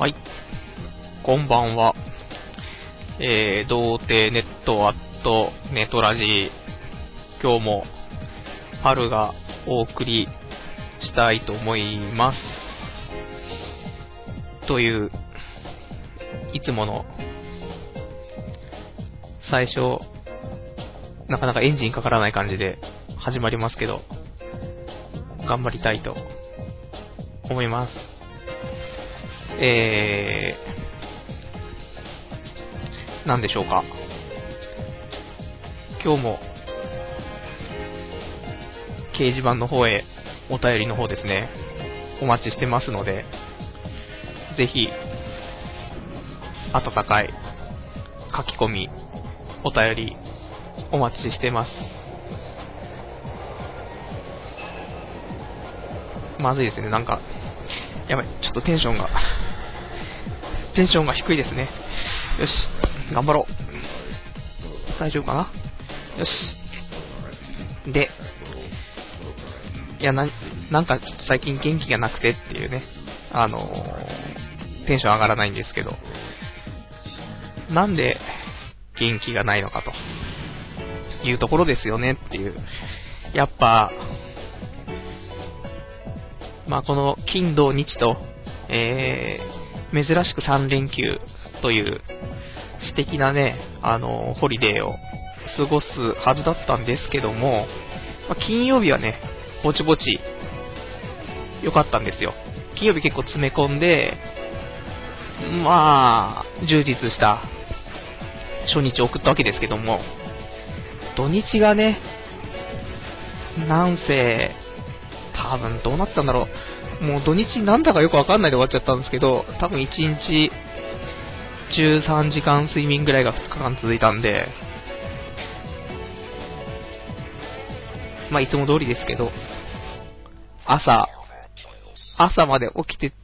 はい、こんばんは。童貞ネットアットネトラジー。今日も春がお送りしたいと思います。という、いつもの最初、なかなかエンジンかからない感じで始まりますけど、頑張りたいと思います。なんでしょうか。今日も掲示板の方へお便りの方ですね、お待ちしてますので、ぜひ温かい書き込み、お便りお待ちしてます。まずいですね、なんかやばい、ちょっとテンションが低いですね。よし、頑張ろう。大丈夫かな。よし。で、いや、なんかちょっと最近元気がなくてっていうね、テンション上がらないんですけど、なんで元気がないのかというところですよねっていう。やっぱ、まあこの金土日と、珍しく3連休という素敵なね、ホリデーを過ごすはずだったんですけども、まあ、金曜日はね、ぼちぼち良かったんですよ。金曜日結構詰め込んで、まあ、充実した初日を送ったわけですけども、土日がね、なんせ、多分どうなったんだろう。もう土日なんだかよくわかんないで終わっちゃったんですけど、多分1日13時間睡眠ぐらいが2日間続いたんで、まあいつも通りですけど、朝まで起きてって、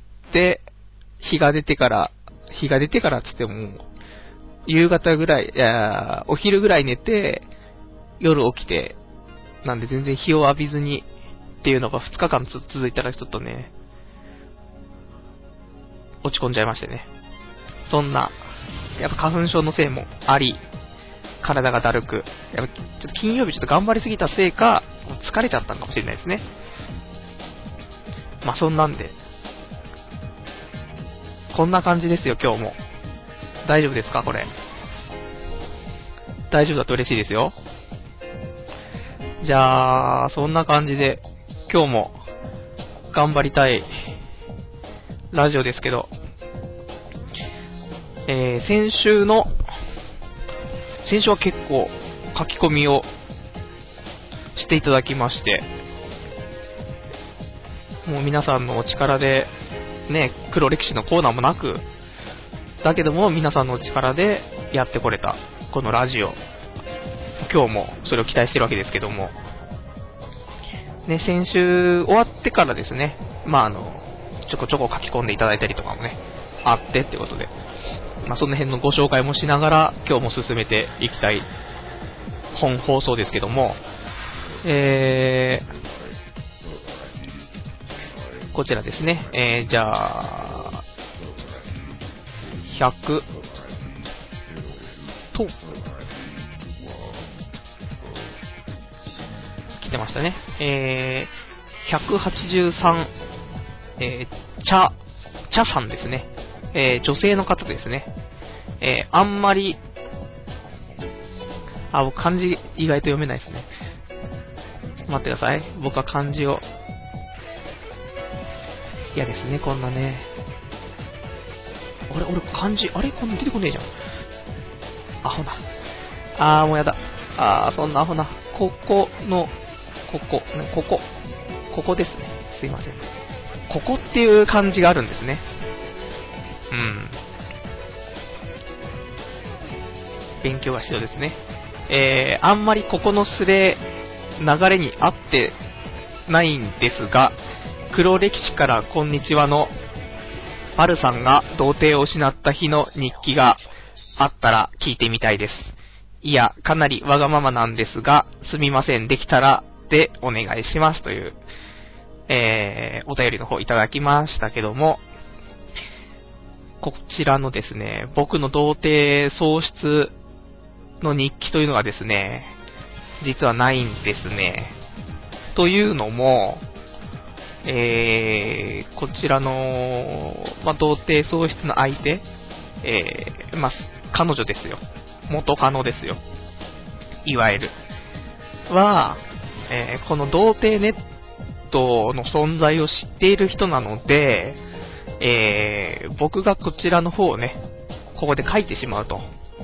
日が出てからっつっても、夕方ぐらい、お昼ぐらい寝て、夜起きて、なんで全然日を浴びずにっていうのが2日間続いたらちょっとね、落ち込んじゃいましてね。そんな、やっぱ花粉症のせいもあり、体がだるく、やっぱちょっと金曜日ちょっと頑張りすぎたせいか、疲れちゃったのかもしれないですね。まあそんなんで、こんな感じですよ今日も。大丈夫ですかこれ。大丈夫だと嬉しいですよ。じゃあそんな感じで今日も頑張りたいラジオですけど、先週は結構書き込みをしていただきまして、もう皆さんのお力でね、黒歴史のコーナーもなく、だけども皆さんのお力でやってこれたこのラジオ、今日もそれを期待してるわけですけどもね、先週終わってからですね、まあちょこちょこ書き込んでいただいたりとかもねあってってことで、まあその辺のご紹介もしながら今日も進めていきたい本放送ですけども、こちらですね、じゃあ100と来てましたね。183、茶さんですね。女性の方ですね。あんまり、僕漢字意外と読めないですね。待ってください。僕は漢字を。嫌ですね、こんなね。俺漢字、こんな出てこねえじゃん。アホな。もうやだ。そんなアホな。ここですね。すいません。ここっていう漢字があるんですね。勉強が必要ですね。あんまりここの流れに合ってないんですが、黒歴史からこんにちはのバルさんが童貞を失った日の日記があったら聞いてみたいです。いや、かなりわがままなんですが、すみません、できたらでお願いしますという、お便りの方いただきましたけども、 こちらのですね、僕の童貞喪失の日記というのがですね、実はないんですね。というのも、こちらの、童貞喪失の相手、彼女ですよ。元カノですよ。いわゆる。は、この童貞ネットの存在を知っている人なので、僕がこちらの方をね、ここで書いてしまうと。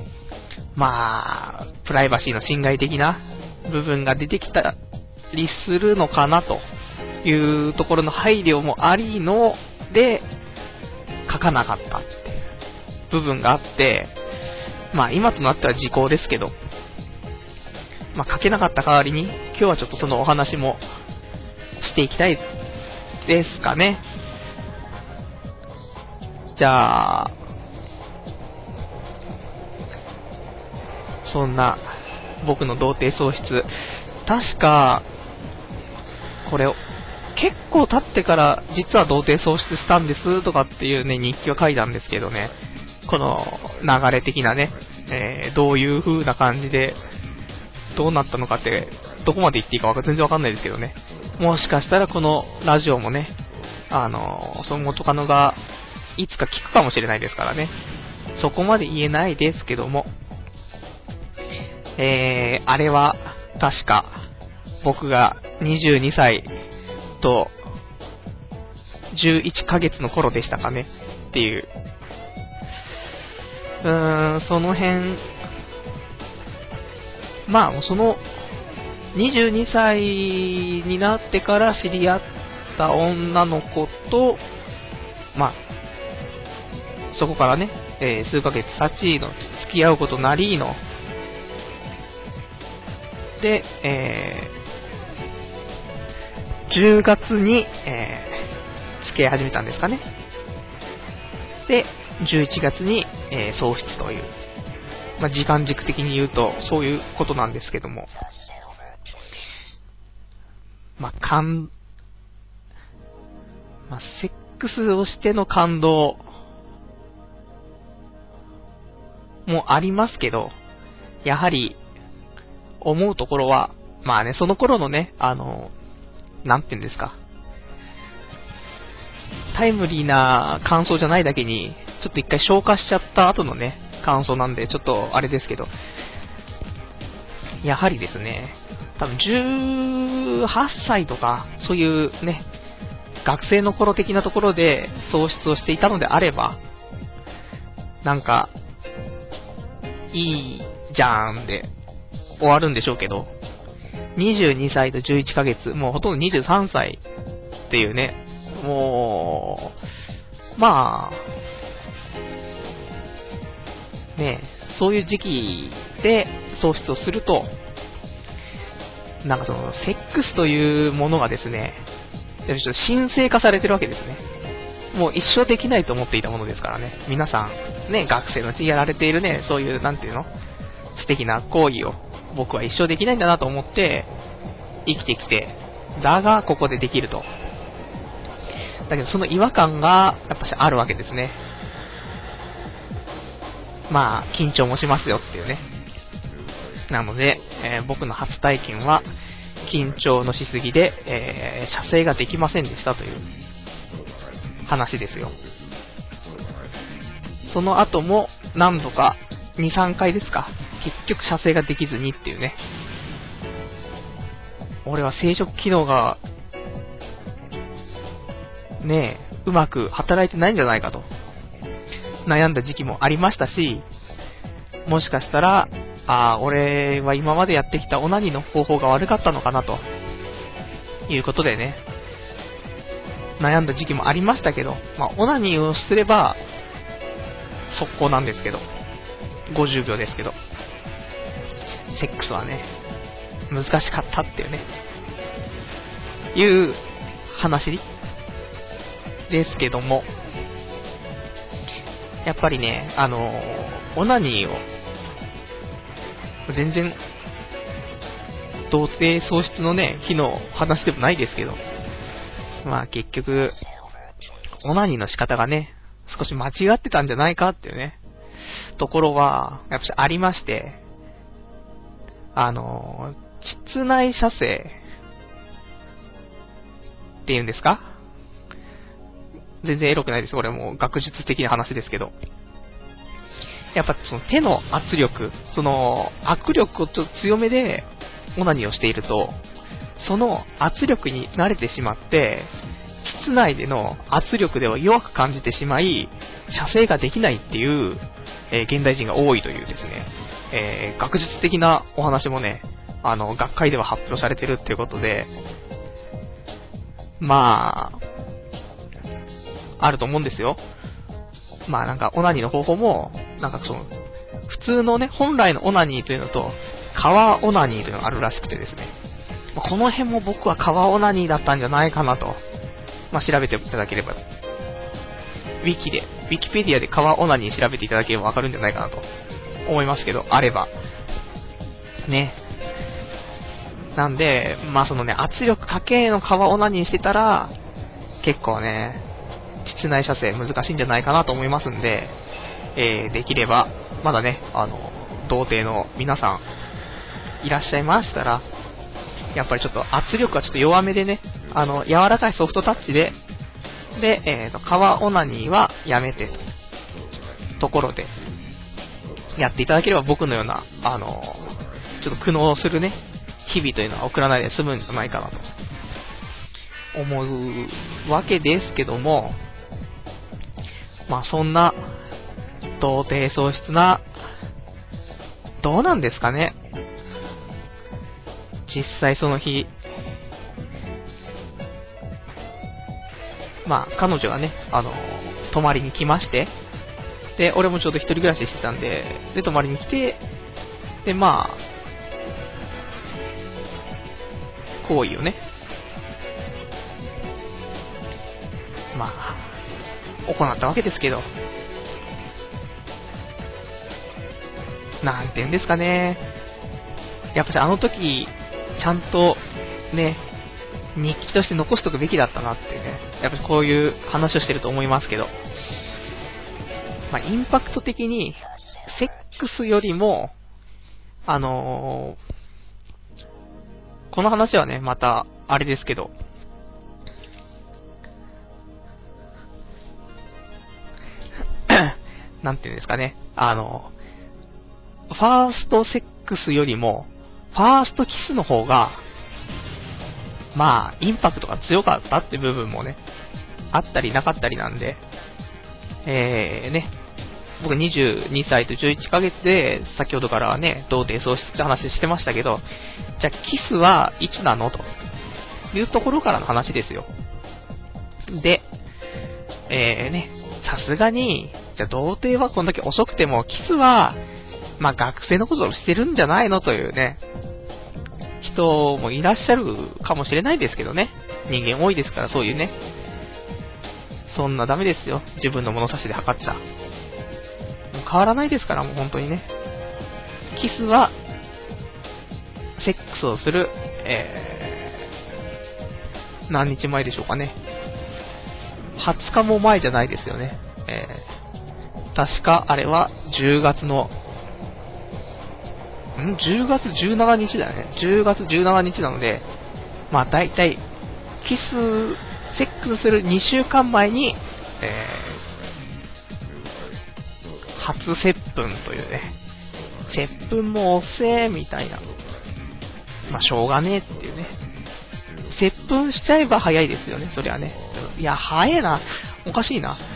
プライバシーの侵害的な部分が出てきたりするのかなというところの配慮もありので、書かなかったっていう部分があって、今となっては時効ですけど、書けなかった代わりに、今日はちょっとそのお話もしていきたいですかね。じゃあ、そんな僕の童貞喪失、確かこれ結構経ってから実は童貞喪失したんですとかっていうね日記を書いたんですけどね、この流れ的なね、どういう風な感じでどうなったのかってどこまで言っていいか全然わかんないですけどね、もしかしたらこのラジオもね、その元カノがいつか聞くかもしれないですからね、そこまで言えないですけども、あれは確か僕が22歳と11ヶ月の頃でしたかねっていう、その辺、その22歳になってから知り合った女の子と、そこからね、数ヶ月経ちの付き合うことなりので、10月に、付き合い始めたんですかね。で、11月に、喪失という、時間軸的に言うとそういうことなんですけども、セックスをしての感動もありますけど、やはり思うところは、その頃のね、なんていうんですか、タイムリーな感想じゃないだけに、ちょっと一回消化しちゃった後のね、感想なんで、ちょっとあれですけど、やはりですね、多分18歳とか、そういうね、学生の頃的なところで喪失をしていたのであれば、いいじゃんで終わるんでしょうけど、22歳と11ヶ月、もうほとんど23歳っていうね、もう、ね、そういう時期で喪失をすると、そのセックスというものがですね、神聖化されてるわけですね。もう一生できないと思っていたものですからね。皆さんね、学生のうちにやられているね、そういうなんていうの、素敵な行為を僕は一生できないんだなと思って生きてきて、だがここでできると。だけどその違和感がやっぱしあるわけですね。緊張もしますよっていうね。なので、僕の初体験は緊張のしすぎで、射精ができませんでしたという話ですよ。その後も何度か 2,3 回ですか、結局射精ができずにっていうね。俺は生殖機能がねうまく働いてないんじゃないかと悩んだ時期もありましたし、もしかしたら俺は今までやってきたオナニーの方法が悪かったのかなということでね、悩んだ時期もありましたけど、オナニーをすれば速攻なんですけど、50秒ですけど、セックスはね難しかったっていうね、いう話ですけども、やっぱりね、オナニーを全然童貞喪失のね日の話でもないですけど、結局オナニーの仕方がね少し間違ってたんじゃないかっていうね、ところは、やっぱりありまして、膣内射精っていうんですか？全然エロくないです。これもう学術的な話ですけど。やっぱその手の圧力、その握力をちょっと強めでオナニーをしていると、その圧力に慣れてしまって、膣内での圧力では弱く感じてしまい、射精ができないっていう、現代人が多いというですね、学術的なお話もね、学会では発表されてるっていうことで、まあ、あると思うんですよ。まあなんかオナニーの方法も、なんかその、普通のね、本来のオナニーというのと、川オナニーというのがあるらしくてですね、この辺も僕は川オナニーだったんじゃないかなと、まあ調べていただければ、ウィキペディアで川オナニー調べていただければわかるんじゃないかなと思いますけど、あれば。ね。なんで、まあそのね、圧力かけの川オナニーしてたら、結構ね、膣内射精難しいんじゃないかなと思いますんで、できれば、まだね、童貞の皆さん、いらっしゃいましたら、やっぱりちょっと圧力はちょっと弱めでね、柔らかいソフトタッチで、川オナニーはやめてところで、やっていただければ僕のような、ちょっと苦悩するね、日々というのは送らないで済むんじゃないかなと、思うわけですけども、まあそんな、童貞喪失な、どうなんですかね。実際その日、まあ彼女がね、泊まりに来まして、で、俺もちょうど一人暮らししてたんで、で、泊まりに来て、で、まあ、行為をね、まあ、行ったわけですけど、なんて言うんですかね。やっぱしあの時、ちゃんと、ね、日記として残しとくべきだったなってね、やっぱりこういう話をしてると思いますけど、まあ、インパクト的に、セックスよりも、この話はね、また、あれですけど、なんていうんですかね、ファーストセックスよりも、ファーストキスの方が、まあ、インパクトが強かったって部分もね、あったりなかったりなんで、ね、僕22歳と11ヶ月で、先ほどからはね、童貞喪失って話してましたけど、じゃあキスはいつなのというところからの話ですよ。で、ね、さすがに、じゃあ童貞はこんだけ遅くても、キスは、まあ学生のことをしてるんじゃないのというね、人もいらっしゃるかもしれないですけどね。人間多いですから、そういうね。そんなダメですよ。自分の物差しで測っちゃ。もう変わらないですから、もう本当にね。キスは、セックスをする、何日前でしょうかね。20日も前じゃないですよね。確か、あれは10月の、10月17日だよね。10月17日なので、まあ大体、キス、セックスする2週間前に、初接吻というね、接吻も遅えみたいな。まあしょうがねえっていうね。接吻しちゃえば早いですよね、そりゃね。いや、早えな。おかしいな。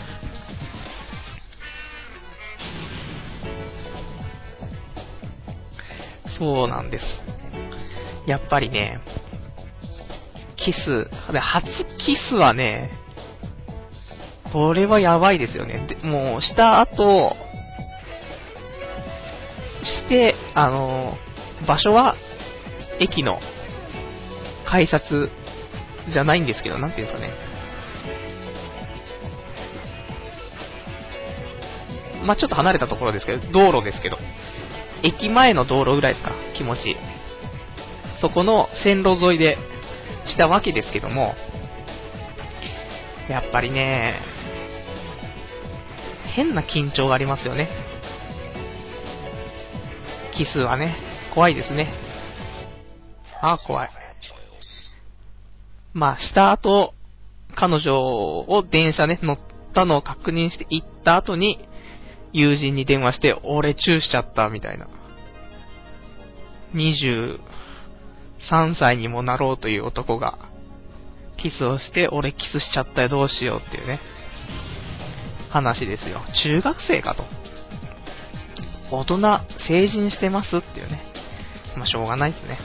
そうなんです。やっぱりね、キス、初キスはね、これはやばいですよね。でもう、した後、して、場所は、駅の、改札、じゃないんですけど、なんていうんですかね。まあ、ちょっと離れたところですけど、道路ですけど、駅前の道路ぐらいですか、気持ち。そこの線路沿いでしたわけですけども、やっぱりね、 変な緊張がありますよね。キスはね、怖いですね。怖い。まあ、した後、彼女を電車ね、乗ったのを確認して行った後に、友人に電話して、俺チューしちゃった、みたいな。23歳にもなろうという男が、キスをして、俺キスしちゃったよ、どうしようっていうね、話ですよ。中学生かと。大人、成人してますっていうね。まあ、しょうがないですね。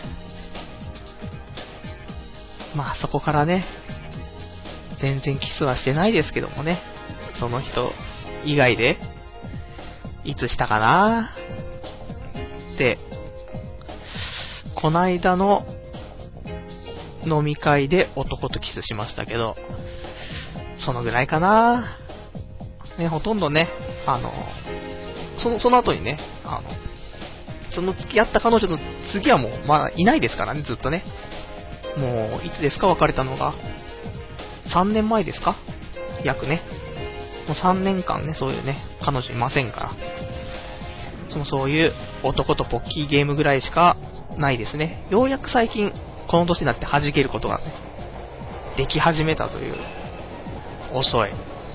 まあ、そこからね、全然キスはしてないですけどもね。その人以外で、いつしたかなって、こないだの飲み会で男とキスしましたけど、そのぐらいかなね、ほとんどね、その後にね、その付き合った彼女の次はもう、まあ、いないですからね、ずっとね。もう、いつですか別れたのが。3年前ですか約ね。もう3年間ね、そういうね、彼女いませんから。そういう男とポッキーゲームぐらいしかないですね。ようやく最近、この年になって弾けることがね、でき始めたという、遅い。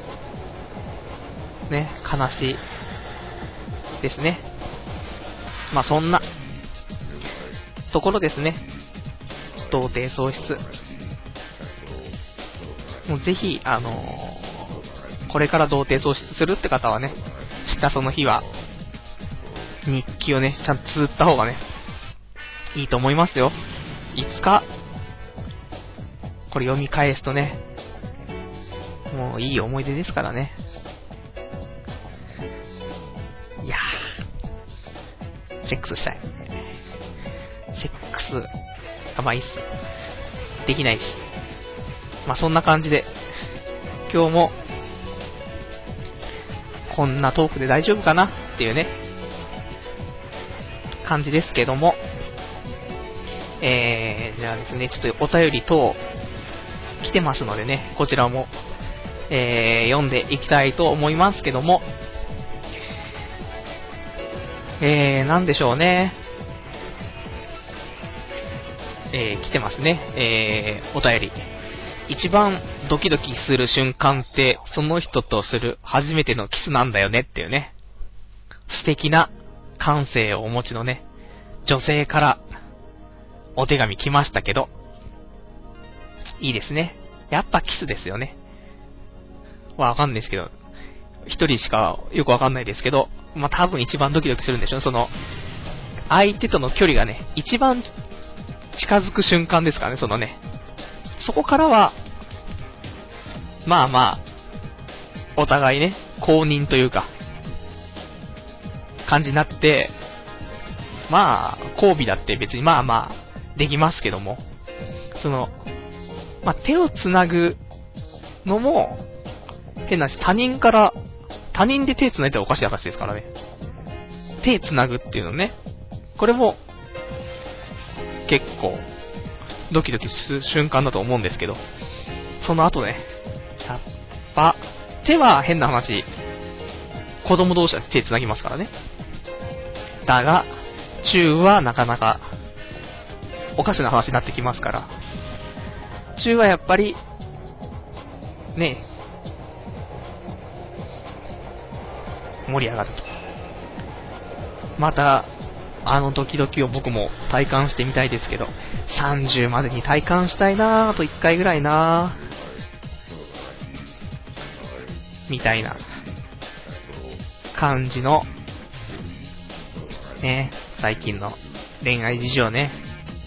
ね、悲しい。ですね。まあそんな、ところですね。童貞喪失。もうぜひ、これから童貞喪失するって方はね、知ったその日は、日記をね、ちゃんと綴った方がね、いいと思いますよ。いつか、これ読み返すとね、もういい思い出ですからね。いやー、セックスしたい。セックス、まあいいっす。できないし。まあそんな感じで、今日も、こんなトークで大丈夫かなっていうね、感じですけども、じゃあですね、ちょっとお便り等来てますのでね、こちらも、読んでいきたいと思いますけども、なんでしょうね、来てますね、お便り。一番ドキドキする瞬間ってその人とする初めてのキスなんだよねっていうね、素敵な感性をお持ちのね、女性からお手紙来ましたけど、いいですね。やっぱキスですよね。わかんないですけど、一人しかよくわかんないですけど、まあ、多分一番ドキドキするんでしょ。その相手との距離がね、一番近づく瞬間ですからね、そのね。そこからはまあまあお互いね、公認というか感じになって、まあ交尾だって別にまあまあできますけども、そのまあ手をつなぐのも変なし、他人で手つないだらおかしい話ですからね。手つなぐっていうのね、これも結構ドキドキする瞬間だと思うんですけど、その後ね、やっぱ手は変な話、子供同士は手つなぎますからね。だがチューはなかなかおかしな話になってきますから、チューはやっぱりね、盛り上がると。またあのドキドキを僕も体感してみたいですけど、30までに体感したいなぁと1回ぐらいなぁみたいな感じのね、最近の恋愛事情ね。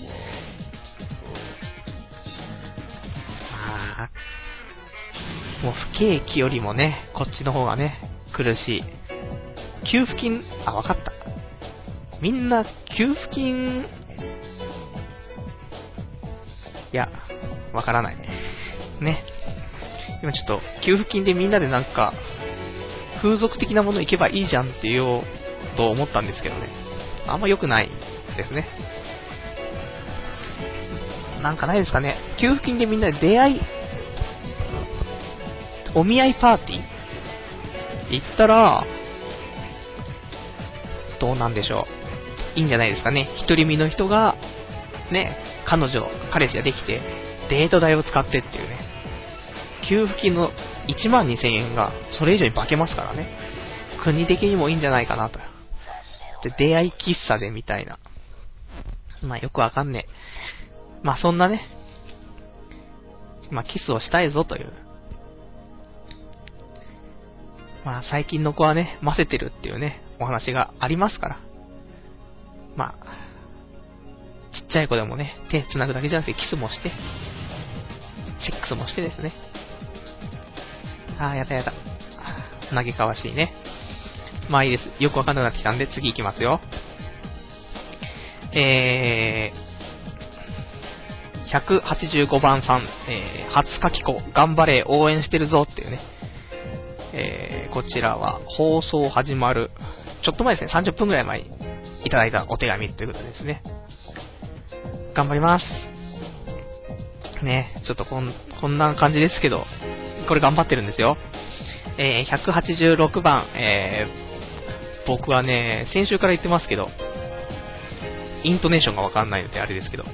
まあもう不景気よりもね、こっちの方がね苦しい。給付金、わかった。みんな給付金、いや、わからないね。今ちょっと給付金でみんなでなんか風俗的なもの行けばいいじゃんって言おうと思ったんですけどね、あんま良くないですね。なんかないですかね。給付金でみんなで出会い、お見合いパーティー行ったら、どうなんでしょう。いいんじゃないですかね。一人身の人が、ね、彼氏ができて、デート代を使ってっていうね。給付金の12,000円が、それ以上に化けますからね。国的にもいいんじゃないかなと。で、出会い喫茶でみたいな。まあよくわかんねえ。まあそんなね、まあキスをしたいぞという。まあ最近の子はね、混ぜてるっていうね、お話がありますから。まあ、ちっちゃい子でもね、手繋ぐだけじゃなくてキスもして、セックスもしてですね。やだ。嘆かわしいね。まあいいです。よくわかんなくなってきたんで次行きますよ。185番さん、初書き子、頑張れ、応援してるぞっていうね。こちらは放送始まる、ちょっと前ですね、30分くらい前にいただいたお手紙ということですね。頑張ります。ね、ちょっとこんな感じですけど、これ頑張ってるんですよ。186番、僕はね、先週から言ってますけど、イントネーションがわかんないのであれですけど、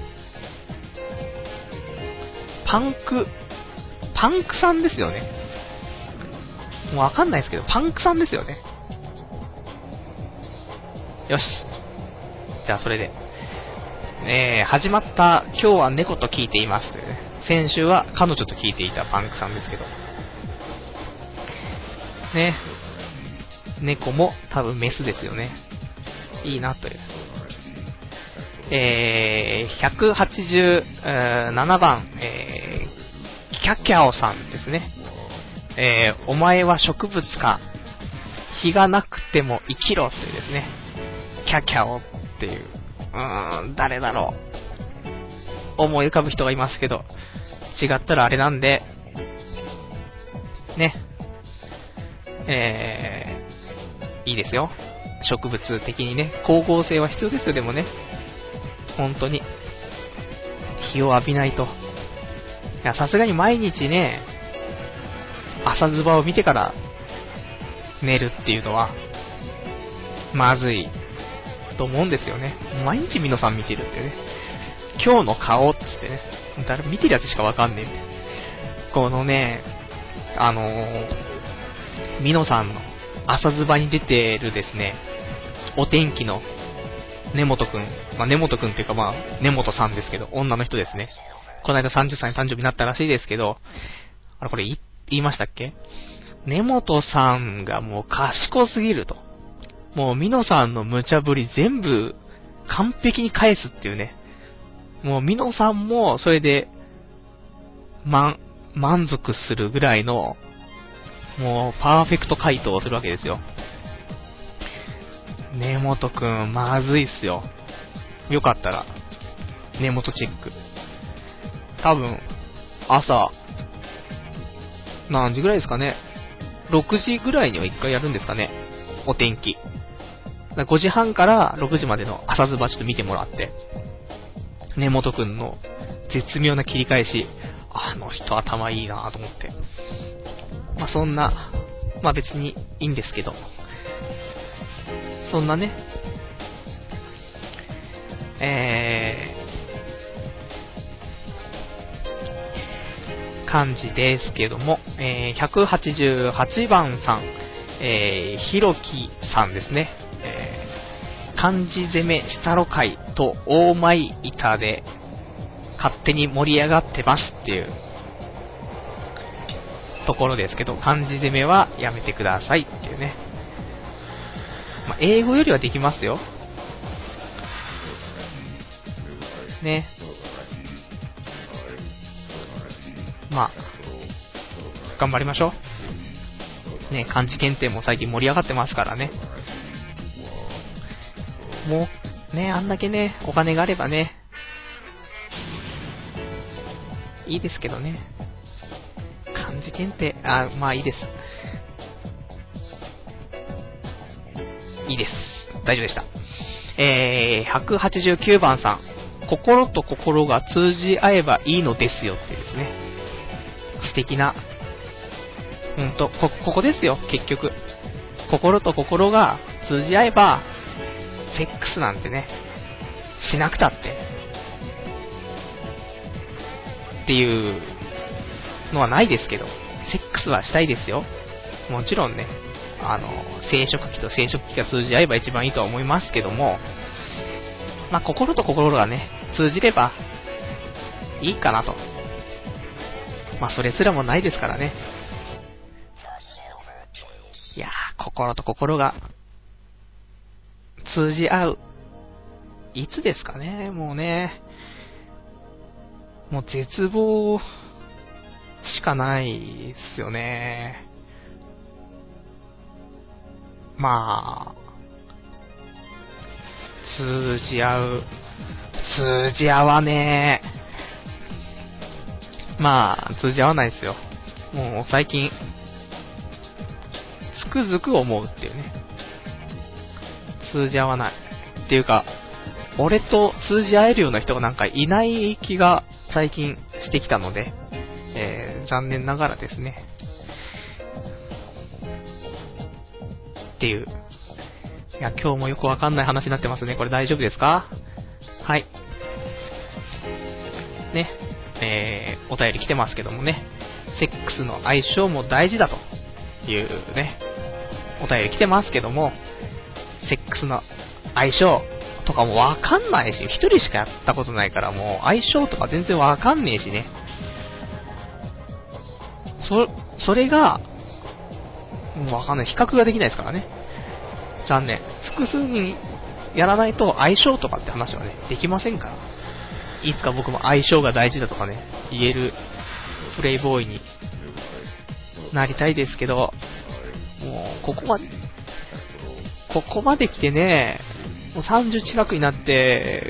パンクさんですよね。もうわかんないですけど、パンクさんですよね。よし。じゃあそれで。始まった今日は猫と聞いていますというね。先週は彼女と聞いていたパンクさんですけど。ね。猫も多分メスですよね。いいなという。187番、キャキャオさんですね。お前は植物か、日がなくても生きろというですね。キャキャオっていう、誰だろう。思い浮かぶ人がいますけど、違ったらあれなんで、ね。いいですよ。植物的にね、光合成は必要ですよ、でもね。本当に。日を浴びないと。いや、さすがに毎日ね、朝ズバを見てから寝るっていうのは、まずいと思うんですよね。毎日ミノさん見てるってね。今日の顔っつってね。誰見てるやつしかわかんねえみたいな。このね、ミノさんの朝ズバに出てるですね、お天気の根本くん。まあ、根本くんっていうかまあ、根本さんですけど、女の人ですね。この間30歳の誕生日になったらしいですけど、これ言いましたっけ？根本さんがもう賢すぎると。もうミノさんの無茶ぶり全部完璧に返すっていうね。もうミノさんもそれで満足するぐらいのもうパーフェクト回答をするわけですよ。根本くんまずいっすよ。よかったら根本チェック。多分朝何時ぐらいですかね。6時ぐらいには1回やるんですかね。お天気。5時半から6時までの朝ズバちょっと見てもらって、根本くんの絶妙な切り返し、あの人頭いいなと思って。まあそんな、まあ別にいいんですけど、そんなね、感じですけども、188番さん、ひろきさんですね。漢字攻めしたろかいと大舞板で勝手に盛り上がってますっていうところですけど、漢字攻めはやめてくださいっていうね。まあ、英語よりはできますよ。ね。まあ、頑張りましょう。ね、漢字検定も最近盛り上がってますからね。もう、ね、あんだけね、お金があればね、いいですけどね。漢字検定、まあいいです。いいです。大丈夫でした。189番さん。心と心が通じ合えばいいのですよっていうですね。素敵な、ここですよ、結局。 心と心が通じ合えば、セックスなんてね、しなくたって、っていうのはないですけど、セックスはしたいですよ。もちろんね、生殖器と生殖器が通じ合えば一番いいとは思いますけども、まあ、心と心がね、通じれば、いいかなと。まあ、それすらもないですからね。いやー、心と心が、通じ合う。いつですかね、もうね。もう絶望しかないですよね。まあ、通じ合わねえ。まあ、通じ合わないですよ。もう最近、つくづく思うっていうね。通じ合わない。っていうか、俺と通じ合えるような人がなんかいない気が最近してきたので、残念ながらですね。っていう。いや、今日もよくわかんない話になってますね。これ大丈夫ですか？はい。ね。お便り来てますけどもね。セックスの相性も大事だというね。お便り来てますけども、セックスの相性とかもわかんないし、一人しかやったことないからもう相性とか全然わかんねえしね。それが、わかんない。比較ができないですからね。残念。複数人やらないと相性とかって話はね、できませんから。いつか僕も相性が大事だとかね、言えるプレイボーイになりたいですけど、もう、ここまで来てね、もう30近くになって、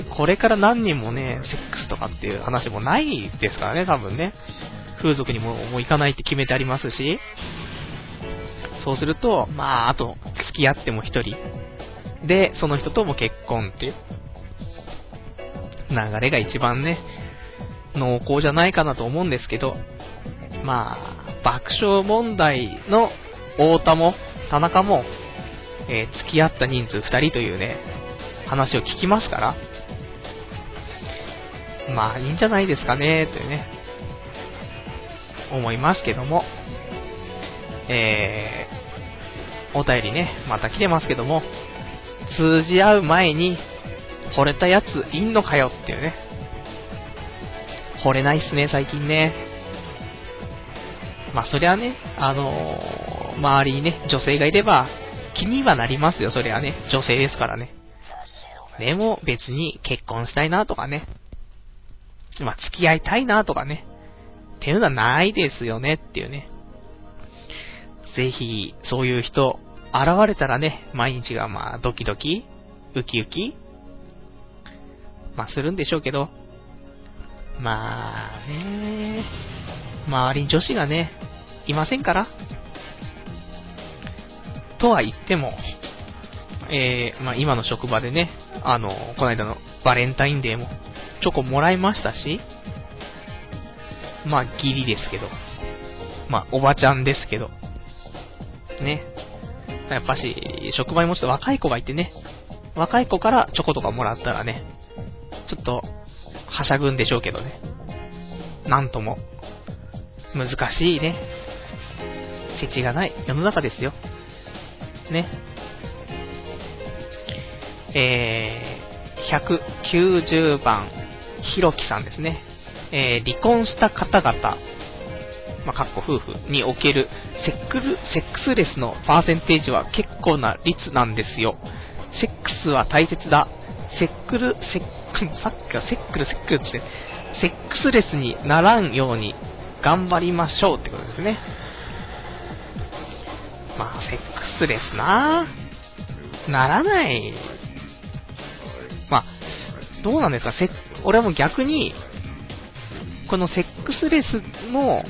これから何人もね、セックスとかっていう話もないですからね、多分ね。風俗にもう行かないって決めてありますし、そうすると、まあ、あと、付き合っても一人。で、その人とも結婚っていう流れが一番ね、濃厚じゃないかなと思うんですけど、まあ、爆笑問題の太田も、田中も、付き合った人数2人というね、話を聞きますから、まあ、いいんじゃないですかね、というね、思いますけども、お便りね、また来てますけども、通じ合う前に、惚れたやついんのかよっていうね。惚れないっすね、最近ね。まあ、そりゃね、周りにね、女性がいれば、気にはなりますよ、そりゃね。女性ですからね。でも、別に結婚したいなとかね。まあ、付き合いたいなとかね。っていうのはないですよねっていうね。ぜひ、そういう人、現れたらね、毎日がまあ、ドキドキウキウキまあ、するんでしょうけど、まあね、周りに女子がね、いませんから。とは言っても、まあ今の職場でね、この間のバレンタインデーもチョコもらいましたし、まあギリですけど、まあおばちゃんですけど、ね。やっぱし、職場にもちょっと若い子がいてね、若い子からチョコとかもらったらね、ちょっと、はしゃぐんでしょうけどね。なんとも、難しいね。世知がない世の中ですよ。ね。190番、ひろきさんですね。離婚した方々、まあ、かっこ夫婦におけるセックスレスのパーセンテージは結構な率なんですよ。セックスは大切だ。さっきはセックルって、セックスレスにならんように頑張りましょうってことですね。まあ、セックスレスならない。まあ、どうなんですか、俺はもう逆に、このセックスレスの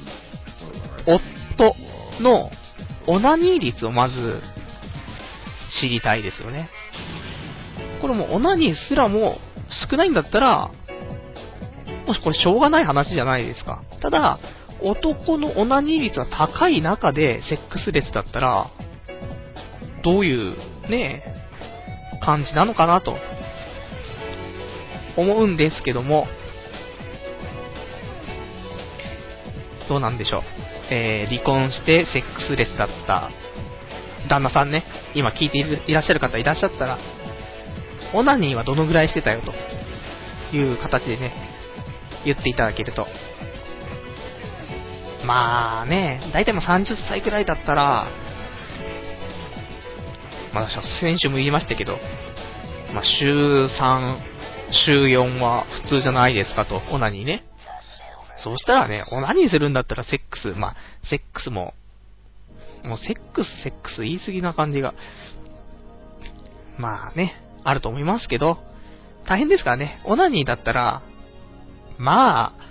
夫のオナニー率をまず知りたいですよね。これもオナニーすらも少ないんだったら、もしこれしょうがない話じゃないですか。ただ、男のオナニー率が高い中でセックスレスだったら、 どういうね、感じなのかなと思うんですけども、どうなんでしょう。離婚してセックスレスだった旦那さんね、今聞いていらっしゃる方いらっしゃったら、オナニーはどのぐらいしてたよという形でね、言っていただけると。まあね、大体もう30歳くらいだったら、まあ先週も言いましたけど、まあ週3、週4は普通じゃないですかと、オナニーね。そうしたらね、オナニーするんだったらセックス、まあセックスもうセックス言い過ぎな感じが、まあね、あると思いますけど、大変ですからね。オナニーだったら、まあ、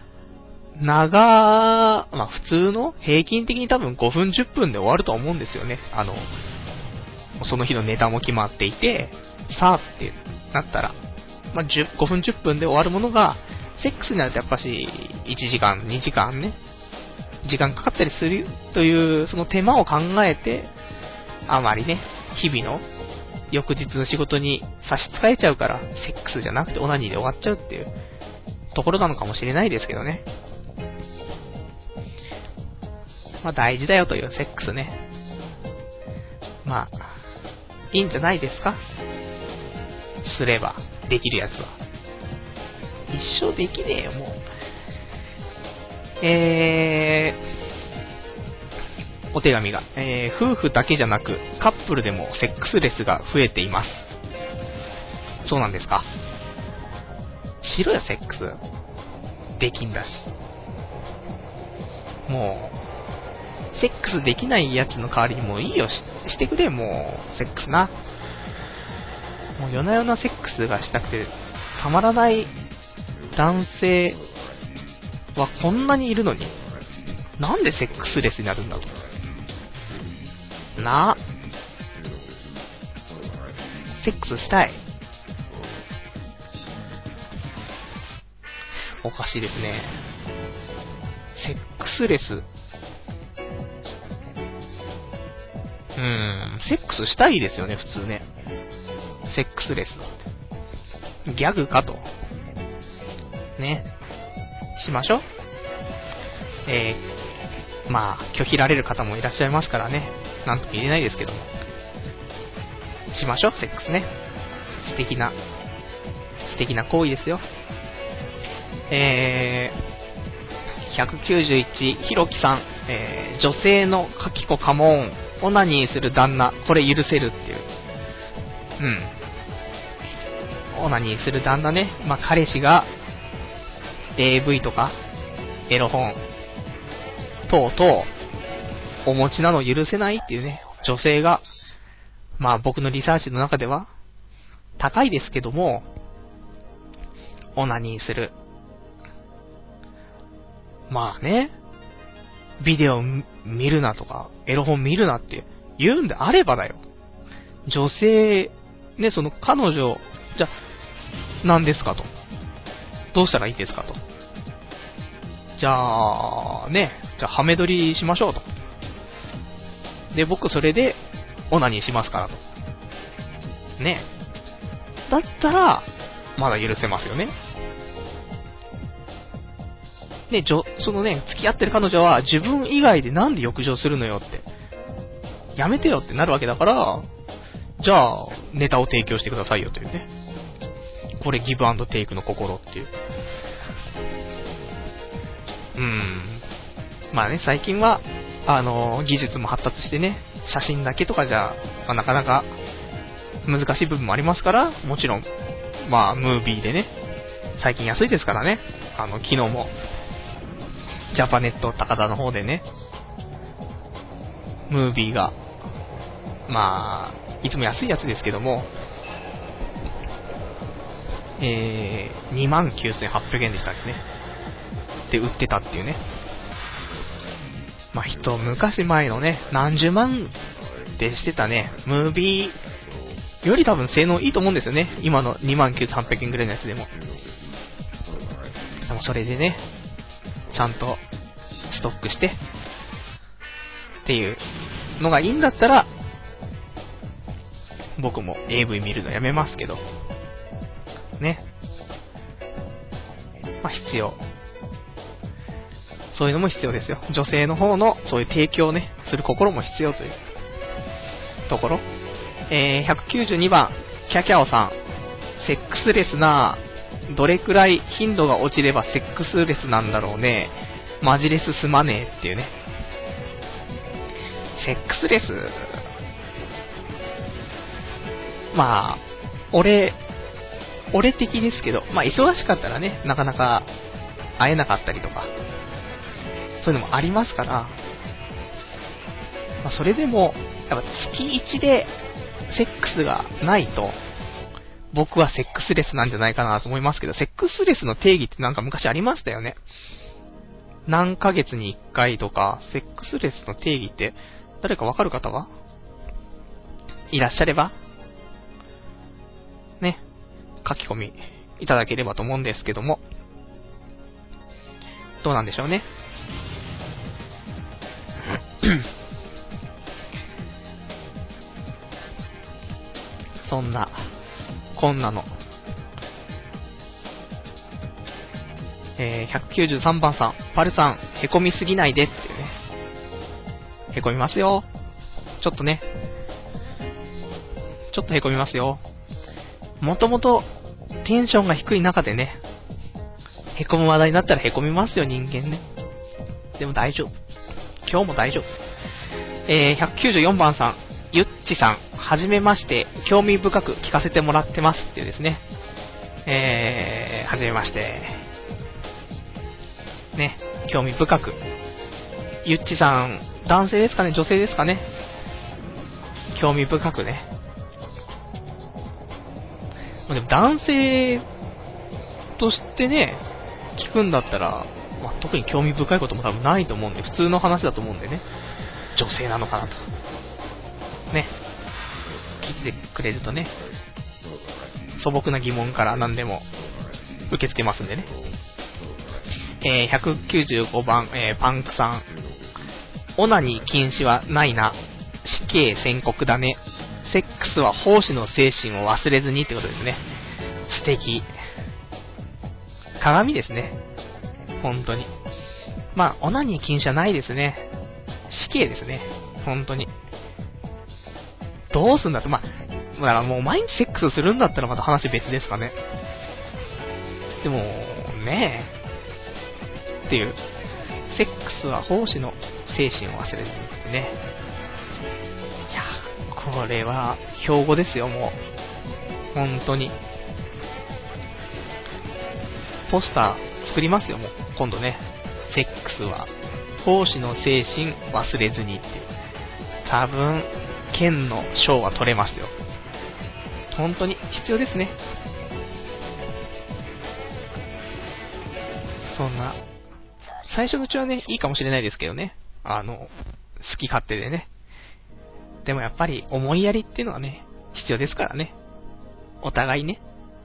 まあ普通の平均的に多分5分10分で終わると思うんですよね。その日のネタも決まっていて、さあってなったら、まあ5分10分で終わるものが、セックスになるとやっぱし1時間、2時間ね、時間かかったりするというその手間を考えて、あまりね、日々の翌日の仕事に差し支えちゃうから、セックスじゃなくてオナニーで終わっちゃうっていうところなのかもしれないですけどね。まあ大事だよというセックスね。まあ、いいんじゃないですか？すれば、できるやつは。一生できねえよ、もう。お手紙が、夫婦だけじゃなくカップルでもセックスレスが増えています。そうなんですか？しろよ、セックスできんだし。もうセックスできないやつの代わりにもういいよ、してくれ。もうセックスな、もう夜な夜なセックスがしたくてたまらない男性はこんなにいるのに、なんでセックスレスになるんだと。なあ、セックスしたい。おかしいですね。セックスレス。セックスしたいですよね、普通ね。セックスレスってギャグかとね、しましょう。まあ拒否られる方もいらっしゃいますからね、なんとも言えないですけども、しましょう、セックスね。素敵な行為ですよ。191ひろきさん、女性のかきこカモン、オナニーする旦那、これ許せるっていう。オナニーする旦那ね。まあ彼氏が AV とかエロ本等々お持ちなのを許せないっていうね、女性が、まあ僕のリサーチの中では高いですけども、オナニーする。まあね、ビデオ見るなとかエロ本見るなって言うんであればだよ、女性ね、その彼女じゃ何ですかと、どうしたらいいですかと、じゃあね、じゃあハメ撮りしましょうと。で僕それでオナニーしますからとね。だったらまだ許せますよね。ね、そのね、付き合ってる彼女は自分以外でなんで浴場するのよって、やめてよってなるわけだから、じゃあネタを提供してくださいよというね。これギブアンドテイクの心っていう。まあね、最近は技術も発達してね、写真だけとかじゃ、まあ、なかなか難しい部分もありますから、もちろんまあムービーでね、最近安いですからね。昨日もジャパネット高田の方でね、ムービーがまあいつも安いやつですけども、29,800円でしたっけね、で売ってたっていうね。まあ一昔前のね、何十万でしてたねムービーより多分性能いいと思うんですよね、今の29,800円ぐらいのやつでも。でもそれでね、ちゃんとストックしてっていうのがいいんだったら僕も AV 見るのやめますけど。ね。まあ必要。そういうのも必要ですよ。女性の方のそういう提供をね、する心も必要というところ。192番、キャキャオさん。セックスレスなどれくらい頻度が落ちればセックスレスなんだろうね。マジレスすまねえっていうね。セックスレス、まあ、俺的ですけど、まあ忙しかったらね、なかなか会えなかったりとか、そういうのもありますから、まあ、それでも、やっぱ月1でセックスがないと、僕はセックスレスなんじゃないかなと思いますけど、セックスレスの定義ってなんか昔ありましたよね。何ヶ月に1回とか、セックスレスの定義って誰かわかる方はいらっしゃればね、書き込みいただければと思うんですけども、どうなんでしょうね。そんなこんなの、193番さん、パルさんへこみすぎないでっていうね。へこみますよ。ちょっとね、ちょっとへこみますよ。もともとテンションが低い中でね、へこむ話題になったらへこみますよ、人間ね。でも大丈夫。今日も大丈夫。194番さん、ゆっちさん、はじめまして、興味深く聞かせてもらってますっていうですね。はじめまして。ね、興味深く。ゆっちさん、男性ですかね、女性ですかね。興味深くね。でも男性としてね、聞くんだったら、まあ、特に興味深いことも多分ないと思うんで、普通の話だと思うんでね、女性なのかなとね、聞いてくれるとね、素朴な疑問から何でも受け付けますんでね。195番、パンクさん、オナニー禁止はないな、死刑宣告だね、セックスは奉仕の精神を忘れずにってことですね。素敵。鏡ですね。本当に。まあ、オナニー禁止はないですね。死刑ですね。本当に。どうすんだと、まあ、だからもう毎日セックスするんだったらまた話別ですかね。でも、ねえ。っていう。セックスは奉仕の精神を忘れずにってね。いや、これは標語ですよ、もう。本当に。ポスター作りますよ、もう。今度ね。セックスは奉仕の精神忘れずにっていう。多分、県の賞は取れますよ。本当に必要ですね。そんな、最初のうちはね、いいかもしれないですけどね。好き勝手でね。でもやっぱり思いやりっていうのはね、必要ですからね。お互いね。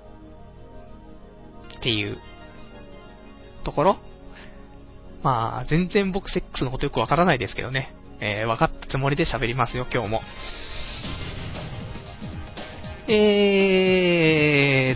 っていうところ。まあ、全然僕セックスのことよくわからないですけどね。分かったつもりで喋りますよ、今日も。セッ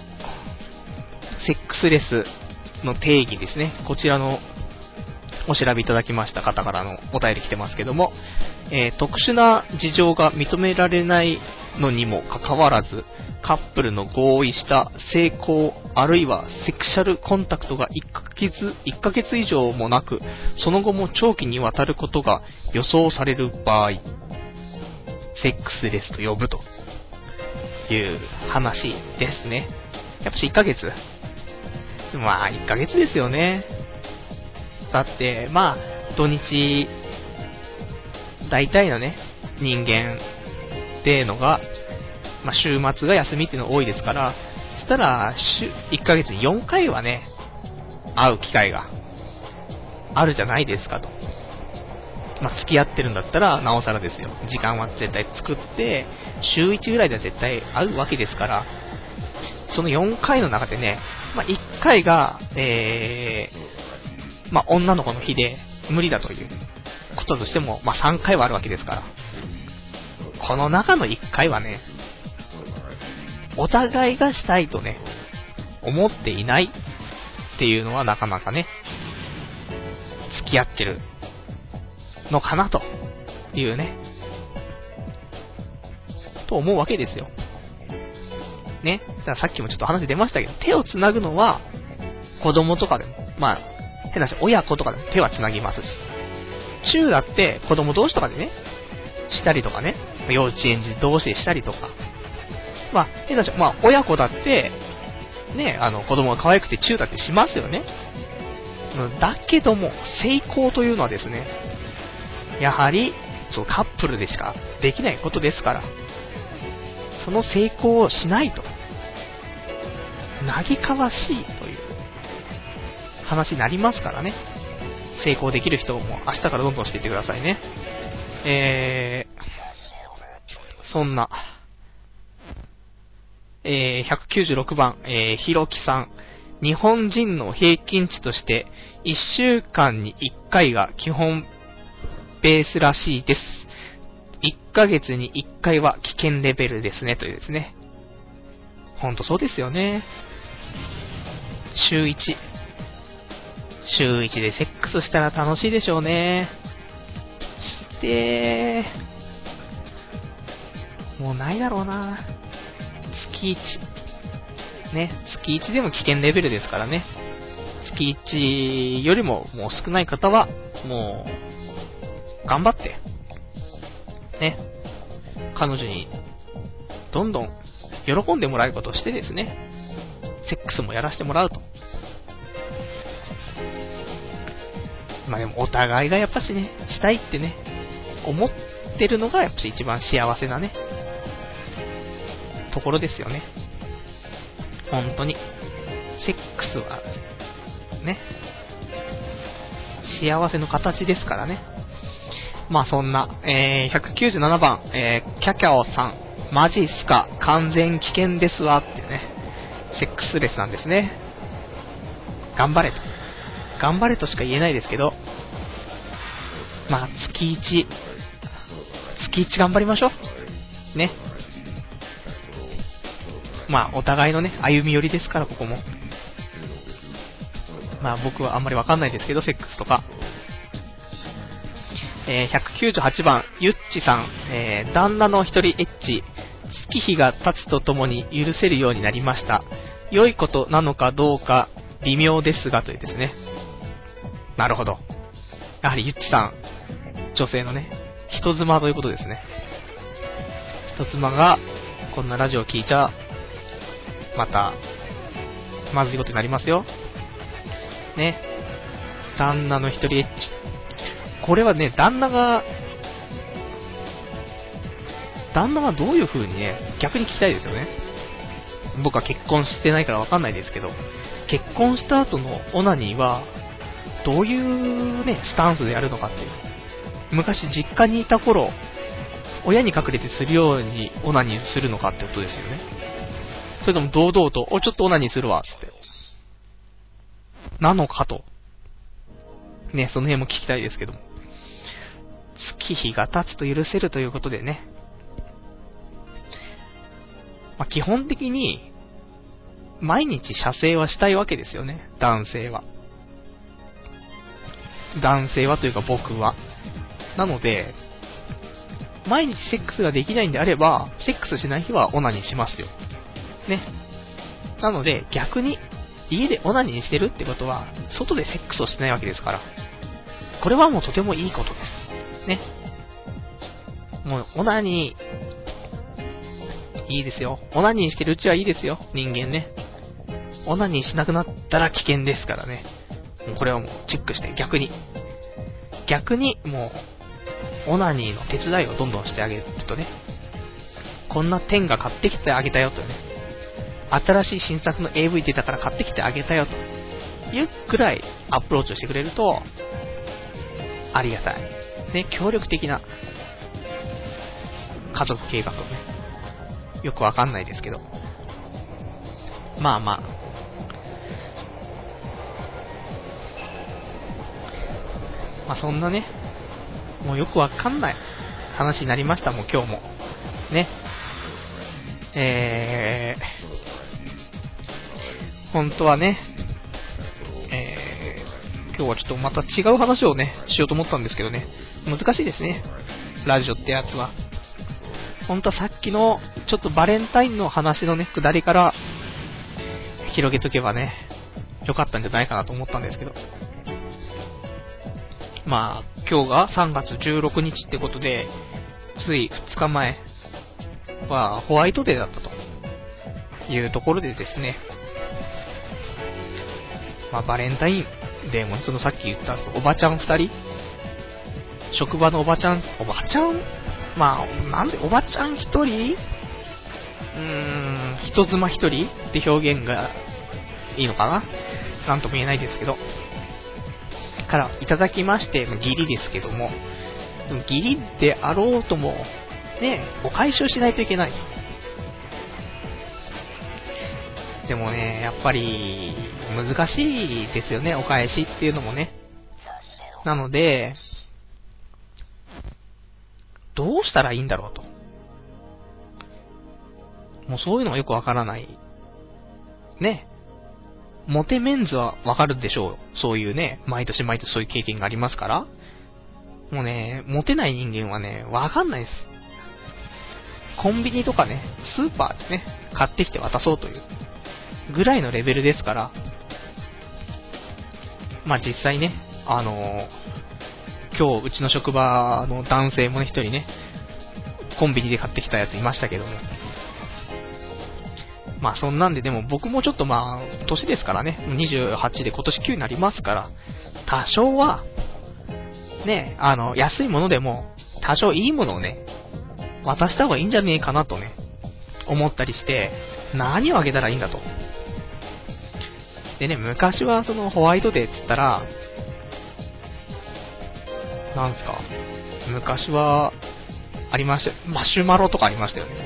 クスレスの定義ですね。こちらのお調べいただきました方からのお便り来てますけども、特殊な事情が認められないのにもかかわらず、カップルの合意した性交あるいはセクシャルコンタクトが1ヶ月以上もなく、その後も長期にわたることが予想される場合、セックスレスと呼ぶという話ですね。やっぱし1ヶ月、まあ1ヶ月ですよね。だってまあ土日大体のね人間っていうのが、まあ、週末が休みっていうのが多いですから、そしたら1ヶ月に4回はね会う機会があるじゃないですかと。まあ付き合ってるんだったらなおさらですよ。時間は絶対作って週1ぐらいでは絶対会うわけですから、その4回の中でね、まあ、1回がまあ、女の子の日で無理だということとしても、まあ、3回はあるわけですから、この中の1回はね、 お互いがしたいとね、思っていないっていうのはなかなかね、付き合ってるのかなというね、と思うわけですよ。ね。だからさっきもちょっと話出ましたけど、手を繋ぐのは子供とかでも、まあ変な話、親子とかでも手は繋ぎますし、チューだって子供同士とかでね、したりとかね、幼稚園児同士でしたりとか、まあ変な話、まあ親子だってね、子供が可愛くてチューだってしますよね。だけども成功というのはですね、やはりそうカップルでしかできないことですから、その成功をしないと嘆かわしいという話になりますからね。成功できる人も明日からどんどんしていってくださいね。そんな、196番、ひろきさん。日本人の平均値として1週間に1回が基本ベースらしいです。1ヶ月に1回は危険レベルですね、というですね。ほんとそうですよね。週1でセックスしたら楽しいでしょうね。もうないだろうな。月1。ね、月1でも危険レベルですからね。月1よりももう少ない方は、もう、頑張って、ね、彼女に、どんどん喜んでもらえることをしてですね、セックスもやらせてもらうと。まあでもお互いがやっぱしね、したいってね、思ってるのがやっぱし一番幸せなね、ところですよね。本当に。セックスは、ね、幸せの形ですからね。まあそんな、197番、キャキャオさん、マジっすか、完全危険ですわっていうね、セックスレスなんですね。頑張れとしか言えないですけど、まあ月1頑張りましょうね。まあお互いのね、歩み寄りですから、ここも。まあ僕はあんまりわかんないですけど、セックスとか。198番、ゆっちさん、旦那の一人エッチ、月日が経つとともに許せるようになりました。良いことなのかどうか微妙ですが、というですね。なるほど。やはりゆっちさん、女性のね、人妻ということですね。人妻がこんなラジオを聞いちゃまたまずいことになりますよね。旦那の一人エッチ、これはね、旦那はどういう風にね、逆に聞きたいですよね。僕は結婚してないからわかんないですけど、結婚した後のオナニーはどういうね、スタンスでやるのかっていう。昔実家にいた頃、親に隠れてするようにオナニーするのかってことですよね。それとも堂々と、ちょっとオナニーするわ、つって。なのかと。ね、その辺も聞きたいですけども。月日が経つと許せるということでね。まあ、基本的に、毎日射精はしたいわけですよね、男性は。男性はというか僕は。なので、毎日セックスができないんであれば、セックスしない日はオナニーしますよ。ね。なので、逆に、家でオナニーしてるってことは、外でセックスをしないわけですから。これはもうとてもいいことです。ね。もう、オナニー、いいですよ。オナニーしてるうちはいいですよ、人間ね。オナニーしなくなったら危険ですからね。もうこれはもうチェックして、逆にもう、オナニーの手伝いをどんどんしてあげるとね、こんなテンが買ってきてあげたよとね、新しい新作の AV 出たから買ってきてあげたよというくらいアプローチをしてくれるとありがたいね。協力的な家族計画をね、よくわかんないですけど、まあそんなね、もうよくわかんない話になりました。もう今日もね、 本当はね、今日はちょっとまた違う話をね、しようと思ったんですけどね、難しいですね、ラジオってやつは。本当はさっきのちょっとバレンタインの話のね、下りから広げとけばね、よかったんじゃないかなと思ったんですけど。まあ、今日が3月16日ってことで、つい2日前はホワイトデーだったというところでですね、まあ、バレンタインデーもそのさっき言ったおばちゃん2人、職場のおばちゃん、まあ、なんでおばちゃん1人人妻1人って表現がいいのかな、なんとも言えないですけど、からいただきまして、義理ですけども、義理であろうともね、お返しをしないといけないと。でもね、やっぱり難しいですよね、お返しっていうのもね。なので、どうしたらいいんだろうと。もうそういうのがよくわからない。ね。モテメンズはわかるでしょう。そういうね、毎年毎年そういう経験がありますから。もうね、モテない人間はね、わかんないです。コンビニとかね、スーパーでね、買ってきて渡そうというぐらいのレベルですから。まあ実際ね、今日うちの職場の男性もね、一人ね、コンビニで買ってきたやついましたけども、まあそんなんで、でも僕もちょっとまあ年ですからね、28で今年9になりますから、多少はね、安いものでも多少いいものをね、渡した方がいいんじゃねえかなとね、思ったりして、何をあげたらいいんだと。でね、昔はそのホワイトデーって言ったら、なんですか、昔はありました、マシュマロとかありましたよね。